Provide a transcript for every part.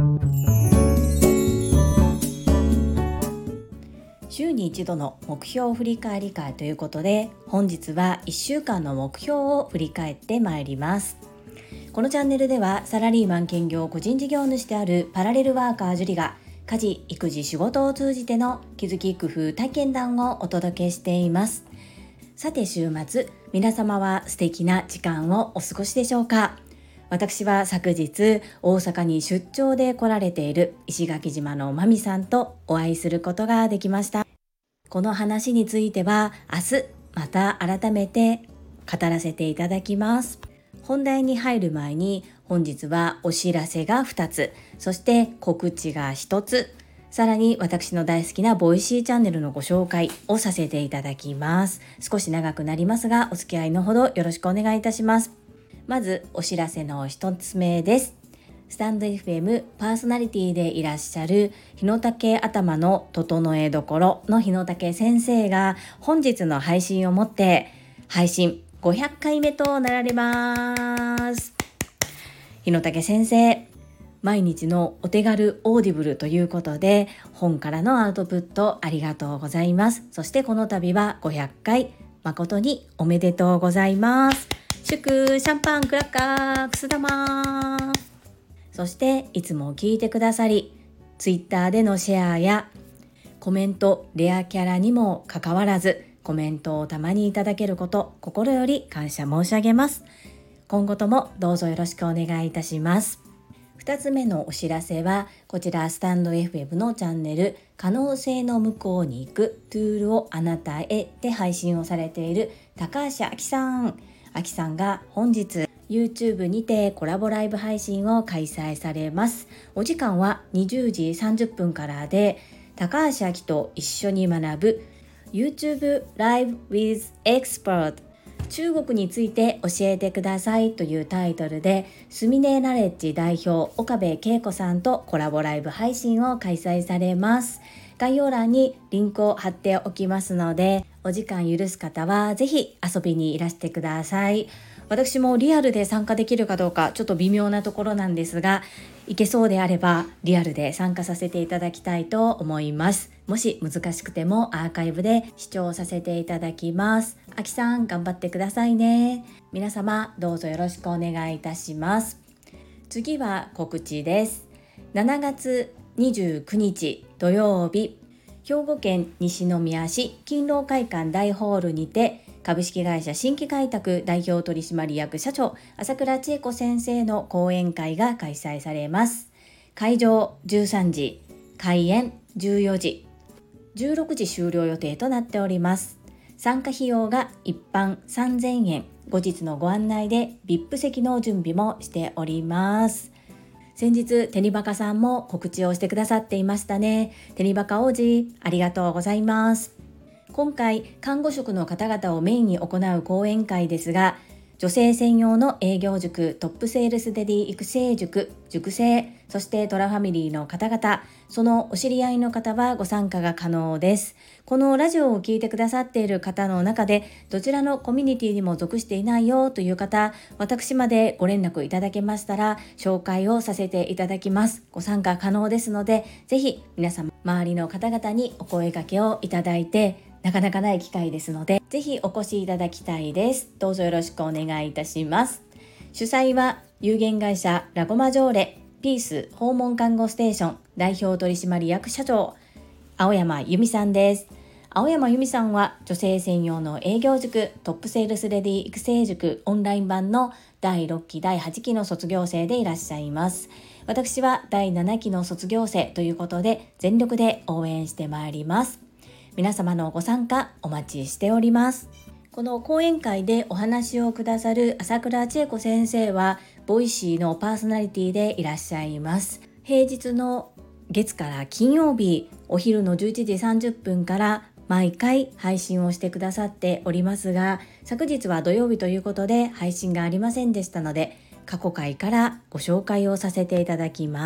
週に一度の目標振り返り会ということで、本日は1週間の目標を振り返ってまいります。このチャンネルではサラリーマン兼業個人事業主であるパラレルワーカージュリが家事・育児・仕事を通じての気づき・工夫・体験談をお届けしています。さて週末、皆様は素敵な時間をお過ごしでしょうか。私は昨日大阪に出張で来られている石垣島のまみさんとお会いすることができました。この話については明日また改めて語らせていただきます。本題に入る前に本日はお知らせが2つ、そして告知が1つ、さらに私の大好きなボイシーチャンネルのご紹介をさせていただきます。少し長くなりますがお付き合いのほどよろしくお願いいたします。まずお知らせの1つ目です。スタンド FM パーソナリティでいらっしゃる日野武頭の整えどころの日野武先生が本日の配信をもって配信500回目となられます。日野武先生、毎日のお手軽オーディブルということで本からのアウトプットありがとうございます。そしてこの度は500回誠におめでとうございます。祝シャンパンクラッカーくす玉。そしていつも聞いてくださり、ツイッターでのシェアやコメント、レアキャラにもかかわらずコメントをたまにいただけること、心より感謝申し上げます。今後ともどうぞよろしくお願いいたします。2つ目のお知らせは、こちらスタンド FM のチャンネル可能性の向こうに行くトゥールをあなたへで配信をされている高橋明さん。明さんが本日YouTube にてコラボライブ配信を開催されます。お時間は20時30分からで、高橋明と一緒に学ぶ YouTube Live with Expert 中国について教えてくださいというタイトルで、スミネナレッジ代表岡部恵子さんとコラボライブ配信を開催されます。概要欄にリンクを貼っておきますので、お時間許す方はぜひ遊びにいらしてください。私もリアルで参加できるかどうかちょっと微妙なところなんですが、いけそうであればリアルで参加させていただきたいと思います。もし難しくてもアーカイブで視聴させていただきます。あきさん頑張ってくださいね。皆様どうぞよろしくお願いいたします。次は告知です。7月29日土曜日、兵庫県西宮市勤労会館大ホールにて株式会社新規開拓代表取締役社長朝倉千恵子先生の講演会が開催されます。会場13時、開演14時、16時終了予定となっております。参加費用が一般3000円、後日のご案内で VIP 席の準備もしております。先日テニバカさんも告知をしてくださっていましたね。テニバカ王子、ありがとうございます。今回看護職の方々をメインに行う講演会ですが、女性専用の営業塾トップセールスレディ育成塾、塾生、そしてトラファミリーの方々、そのお知り合いの方はご参加が可能です。このラジオを聞いてくださっている方の中でどちらのコミュニティにも属していないよという方、私までご連絡いただけましたら紹介をさせていただきます。ご参加可能ですので、ぜひ皆様周りの方々にお声掛けをいただいて、なかなかない機会ですので、ぜひお越しいただきたいです。どうぞよろしくお願いいたします。主催は有限会社ラゴマジョーレピース訪問看護ステーション代表取締役社長青山由美さんです。青山由美さんは女性専用の営業塾トップセールスレディ育成塾オンライン版の第6期第8期の卒業生でいらっしゃいます。私は第7期の卒業生ということで全力で応援してまいります。皆様のご参加お待ちしております。この講演会でお話をくださる朝倉千恵子先生はボイシーのパーソナリティでいらっしゃいます。平日の月から金曜日お昼の11時30分から毎回配信をしてくださっておりますが、昨日は土曜日ということで配信がありませんでしたので、過去回からご紹介をさせていただきます。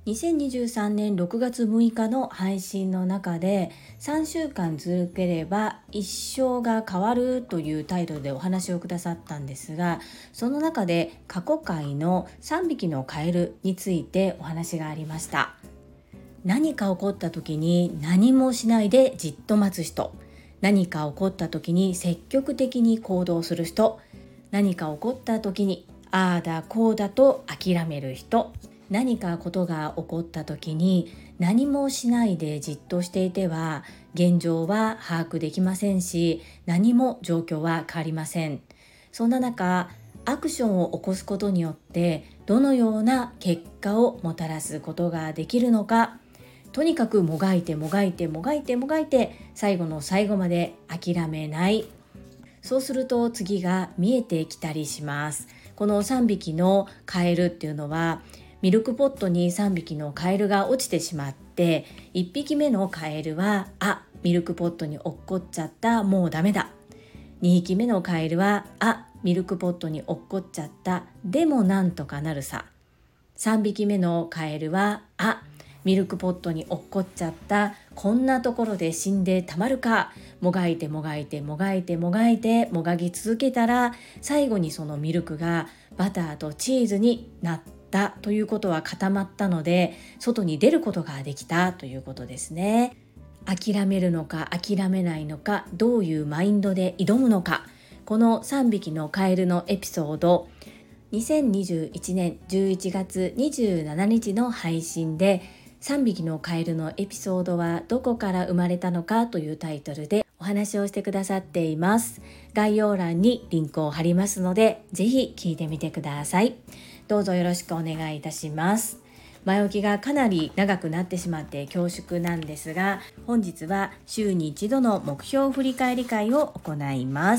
2023年6月6日の配信の中で3週間続ければ一生が変わるというタイトルでお話をくださったんですが、その中で過去回の3匹のカエルについてお話がありました。何か起こった時に何もしないでじっと待つ人、何か起こった時に積極的に行動する人、何か起こった時にああだこうだと諦める人、何かことが起こった時に何もしないでじっとしていては現状は把握できませんし、何も状況は変わりません。そんな中、アクションを起こすことによってどのような結果をもたらすことができるのか、とにかくもがいてもがいてもがいてもがいて最後の最後まで諦めない。そうすると次が見えてきたりします。この3匹のカエルっていうのは、ミルクポットに3匹のカエルが落ちてしまって、1匹目のカエルはミルクポットに落っこっちゃった、もうダメだ。2匹目のカエルはミルクポットに落っこっちゃった、でもなんとかなるさ。3匹目のカエルはミルクポットに落っこっちゃった、こんなところで死んでたまるか。もがいてもがいてもがいてもがいてもがき続けたら、最後にそのミルクがバターとチーズになったということは固まったので、外に出ることができたということですね。諦めるのか諦めないのか、どういうマインドで挑むのか、この3匹のカエルのエピソード、2021年11月27日の配信で3匹のカエルのエピソードはどこから生まれたのかというタイトルでお話をしてくださっています。概要欄にリンクを貼りますので、ぜひ聞いてみてください。どうぞよろしくお願いいたします。前置きがかなり長くなってしまって恐縮なんですが、本日は週に一度の目標振り返り会を行います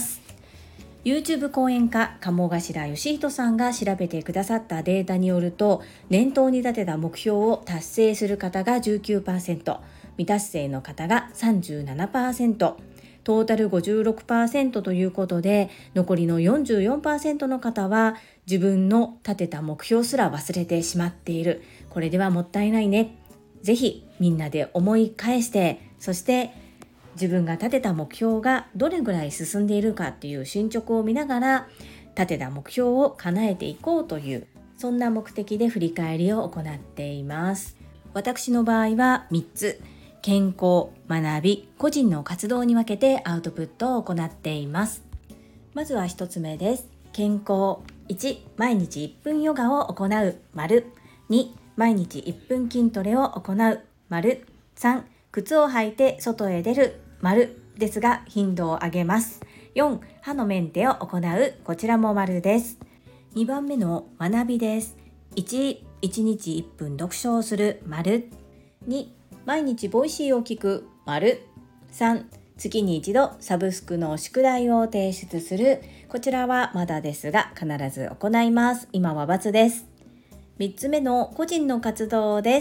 。YouTube 講演家鴨頭義人さんが調べてくださったデータによると、念頭に立てた目標を達成する方が 19%、 未達成の方が 37%、 トータル 56% ということで、残りの 44% の方は自分の立てた目標すら忘れてしまっている。これではもったいないね。ぜひみんなで思い返して、そして自分が立てた目標がどれぐらい進んでいるかっていう進捗を見ながら、立てた目標を叶えていこうという、そんな目的で振り返りを行っています。私の場合は3つ、健康、学び、個人の活動に分けてアウトプットを行っています。まずは1つ目です。健康。1、毎日1分ヨガを行う、丸。2、毎日1分筋トレを行う、丸。3、靴を履いて外へ出る、丸ですが頻度を上げます。4、歯のメンテを行う、こちらも丸です。2番目の学びです。1、1日1分読書をする、丸。2、毎日ボイシーを聞く、丸。3、月に一度サブスクの宿題を提出する、こちらはまだですが必ず行います。今は×です。3つ目の個人の活動です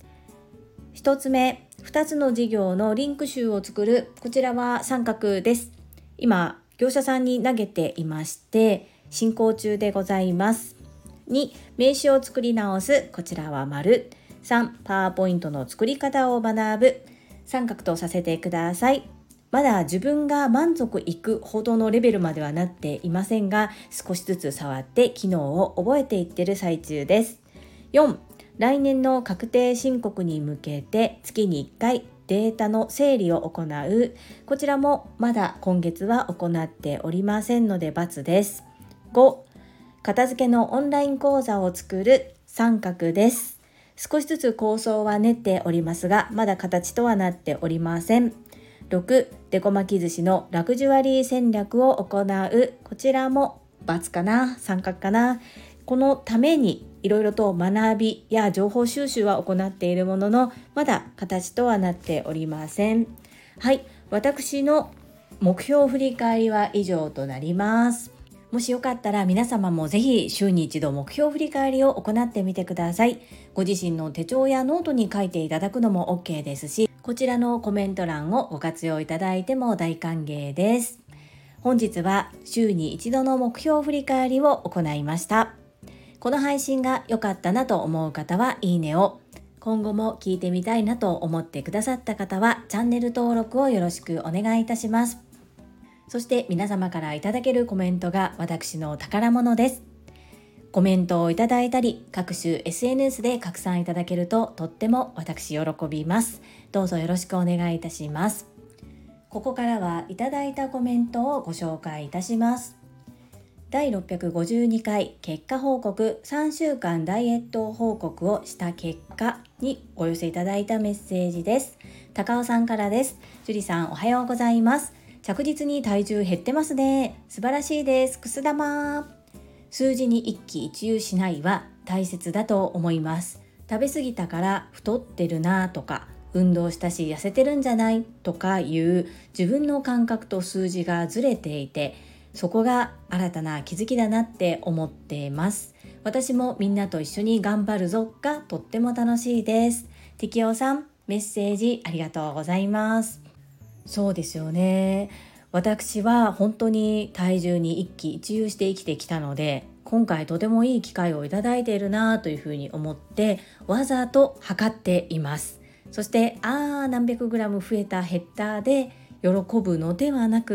。1つ目、2つの事業のリンク集を作る、こちらは三角です。今業者さんに投げていまして進行中でございます。2、名刺を作り直す、こちらは丸。3、パワーポイントの作り方を学ぶ、三角とさせてください。まだ自分が満足いくほどのレベルまではなっていませんが、少しずつ触って機能を覚えていってる最中です。4、来年の確定申告に向けて月に1回データの整理を行う、こちらもまだ今月は行っておりませんので×です。5、片付けのオンライン講座を作る、三角です。少しずつ構想は練っておりますが、まだ形とはなっておりません。6、デコ巻き寿司のラグジュアリー戦略を行う、こちらも×かな、三角かな。このためにいろいろと学びや情報収集は行っているものの、まだ形とはなっておりません。はい、私の目標振り返りは以上となります。もしよかったら皆様もぜひ週に一度目標振り返りを行ってみてください。ご自身の手帳やノートに書いていただくのも OK ですし、こちらのコメント欄をご活用いただいても大歓迎です。本日は週に一度の目標振り返りを行いました。この配信が良かったなと思う方はいいねを、 今後も聞いてみたいなと思ってくださった方はチャンネル登録をよろしくお願いいたします。そして皆様からいただけるコメントが私の宝物です。コメントをいただいたり各種 SNS で拡散いただけるととっても私喜びます。どうぞよろしくお願いいたします。ここからはいただいたコメントをご紹介いたします。第652回結果報告3週間ダイエット報告をした結果にお寄せいただいたメッセージです。高尾さんからです。樹里さんおはようございます。着実に体重減ってますね。素晴らしいです。くす玉。数字に一喜一憂しないは大切だと思います。食べ過ぎたから太ってるなとか、運動したし痩せてるんじゃないとかいう自分の感覚と数字がずれていて、そこが新たな気づきだなって思っています。私もみんなと一緒に頑張るぞがとっても楽しいです。ティキオさん、メッセージありがとうございます。そうですよね。私は本当に体重に一喜一憂して生きてきたので、今回とてもいい機会をいただいているなというふうに思ってわざと測っています。そして何百グラム増えた減ったで喜ぶのではなくって、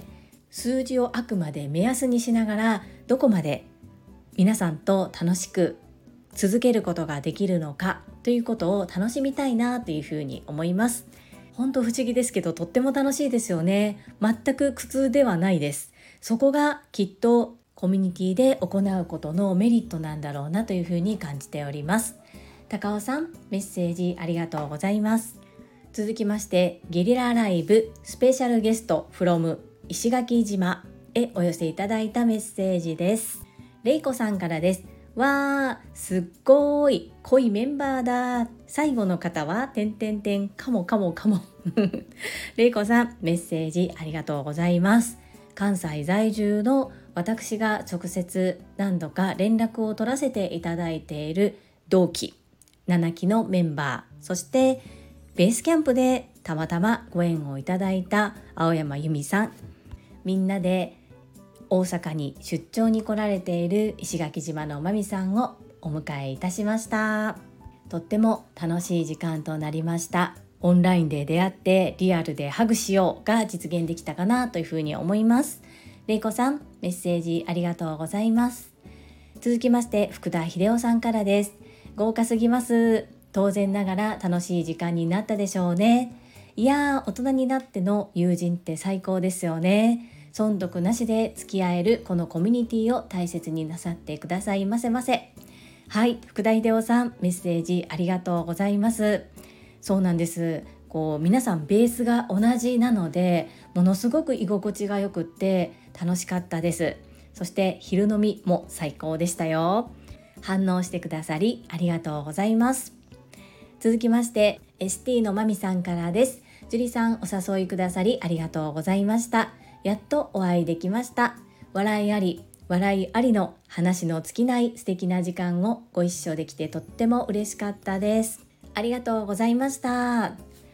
数字をあくまで目安にしながらどこまで皆さんと楽しく続けることができるのかということを楽しみたいなというふうに思います。本当不思議ですけどとっても楽しいですよね。全く苦痛ではないです。そこがきっとコミュニティで行うことのメリットなんだろうなというふうに感じております。高尾さん、メッセージありがとうございます。続きましてゲリラライブスペシャルゲスト from石垣島へお寄せいただいたメッセージです。れいこさんからです。わー、すっごい濃いメンバーだ。最後の方はかもれいこさん、メッセージありがとうございます。関西在住の私が直接何度か連絡を取らせていただいている同期7期のメンバー、そしてベースキャンプでたまたまご縁をいただいた青山由美さん、みんなで大阪に出張に来られている石垣島のまみさんをお迎えいたしました。とっても楽しい時間となりました。オンラインで出会ってリアルでハグしようが実現できたかなというふうに思います。れいこさん、メッセージありがとうございます。続きまして福田秀夫さんからです。豪華すぎます。当然ながら楽しい時間になったでしょうね。いやー、大人になっての友人って最高ですよね。損得なしで付き合えるこのコミュニティを大切になさってくださいませませ。はい、福田秀夫さん、メッセージありがとうございます。そうなんです。皆さんベースが同じなので、ものすごく居心地がよくって楽しかったです。そして昼飲みも最高でしたよ。反応してくださりありがとうございます。続きまして ST のまみさんからです。樹里さん、お誘いくださりありがとうございました。やっとお会いできました。笑いあり笑いありの話の尽きない素敵な時間をご一緒できてとっても嬉しかったです。ありがとうございました。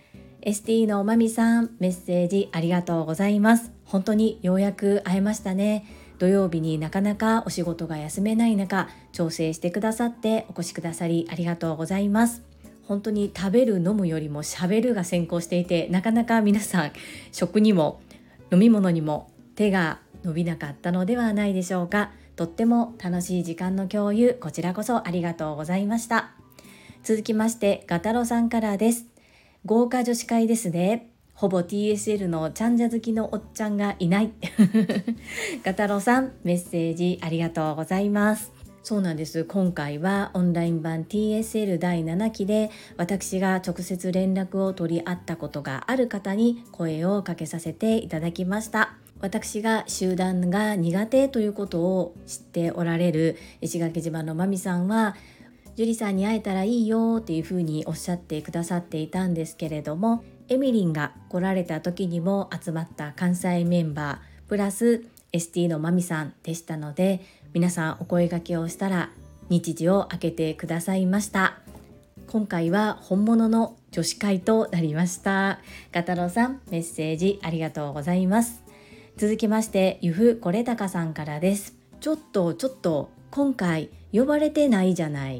ST のまみさん、メッセージありがとうございます。本当にようやく会えましたね。土曜日になかなかお仕事が休めない中、調整してくださってお越しくださりありがとうございます。本当に食べる飲むよりも喋るが先行していて、なかなか皆さん食にも飲み物にも手が伸びなかったのではないでしょうか。とっても楽しい時間の共有、こちらこそありがとうございました。続きましてガタロさんからです。豪華女子会ですね。ほぼ TSL のちゃんじゃ好きのおっちゃんがいないガタロさん、メッセージありがとうございます。そうなんです。今回はオンライン版 TSL 第7期で私が直接連絡を取り合ったことがある方に声をかけさせていただきました。私が集団が苦手ということを知っておられる石垣島のまみさんは、樹里さんに会えたらいいよっていうふうにおっしゃってくださっていたんですけれども、エミリンが来られた時にも集まった関西メンバープラス ST のまみさんでしたので、皆さんお声掛けをしたら日時を空けてくださいました。今回は本物の女子会となりました。ガタロさん、メッセージありがとうございます。続きましてゆふこれたかさんからです。ちょっと今回呼ばれてないじゃない。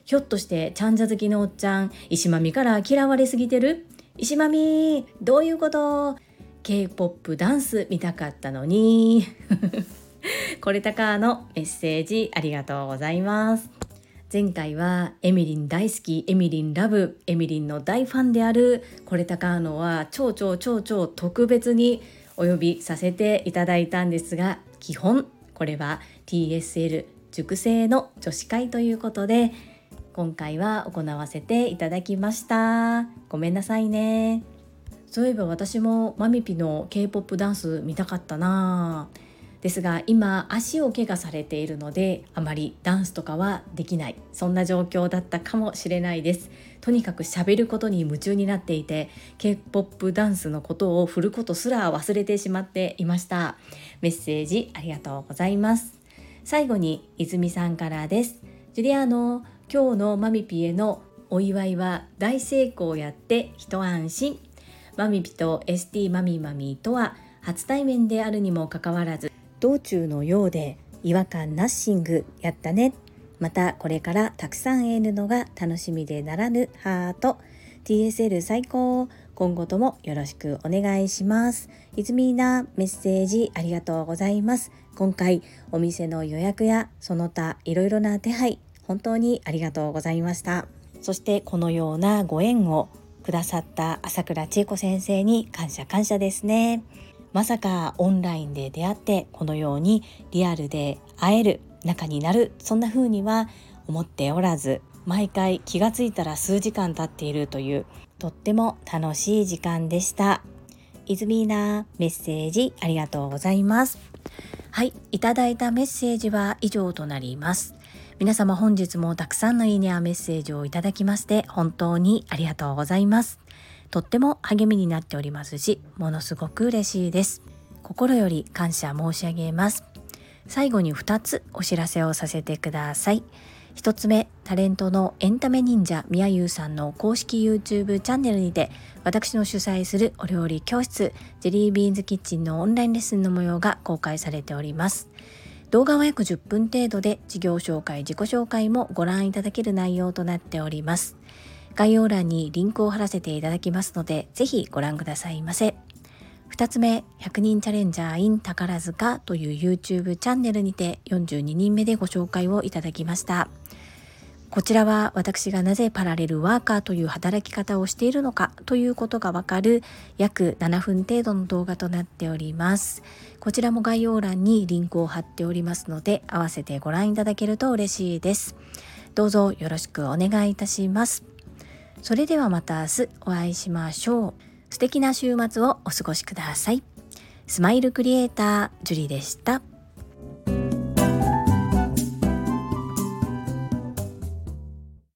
ひょっとしてちゃんじゃ好きのおっちゃん、石まみから嫌われすぎてる？石まみどういうこと？ K-POP ダンス見たかったのにこれたかのメッセージありがとうございます。前回はエミリン大好き、エミリンラブ、エミリンの大ファンであるこれたかのは超特別にお呼びさせていただいたんですが、基本これは TSL 塾生の女子会ということで今回は行わせていただきました。ごめんなさいね。そういえば私もマミピの K-POP ダンス見たかったな。ですが今足を怪我されているのであまりダンスとかはできない、そんな状況だったかもしれないです。とにかく喋ることに夢中になっていて K-POP ダンスのことを振ることすら忘れてしまっていました。メッセージありがとうございます。最後に泉さんからです。ジュリアーノ、今日のマミピへのお祝いは大成功やって一安心。マミピと ST マミマミとは初対面であるにもかかわらず道中のようで違和感ナッシングやったね。またこれからたくさん会えるのが楽しみでならぬハート。 TSL 最高。今後ともよろしくお願いします。いずみーな、メッセージありがとうございます。今回お店の予約やその他いろいろな手配本当にありがとうございました。そしてこのようなご縁をくださった朝倉千恵子先生に感謝ですね。まさかオンラインで出会ってこのようにリアルで会える仲になる、そんな風には思っておらず、毎回気がついたら数時間経っているというとっても楽しい時間でした。イズミーナ、メッセージありがとうございます。はい、いただいたメッセージは以上となります。皆様本日もたくさんのいいねやメッセージをいただきまして本当にありがとうございます。とっても励みになっておりますし、ものすごく嬉しいです。心より感謝申し上げます。最後に2つお知らせをさせてください。1つ目、タレントのエンタメ忍者みやゆうさんの公式 YouTube チャンネルにて私の主催するお料理教室ジェリービーンズキッチンのオンラインレッスンの模様が公開されております。動画は約10分程度で事業紹介、自己紹介もご覧いただける内容となっております。概要欄にリンクを貼らせていただきますのでぜひご覧くださいませ。2つ目、100人チャレンジャー in 宝塚という YouTube チャンネルにて42人目でご紹介をいただきました。こちらは私がなぜパラレルワーカーという働き方をしているのかということがわかる約7分程度の動画となっております。こちらも概要欄にリンクを貼っておりますので合わせてご覧いただけると嬉しいです。どうぞよろしくお願いいたします。それではまた明日お会いしましょう。素敵な週末をお過ごしください。スマイルクリエイタージュリでした。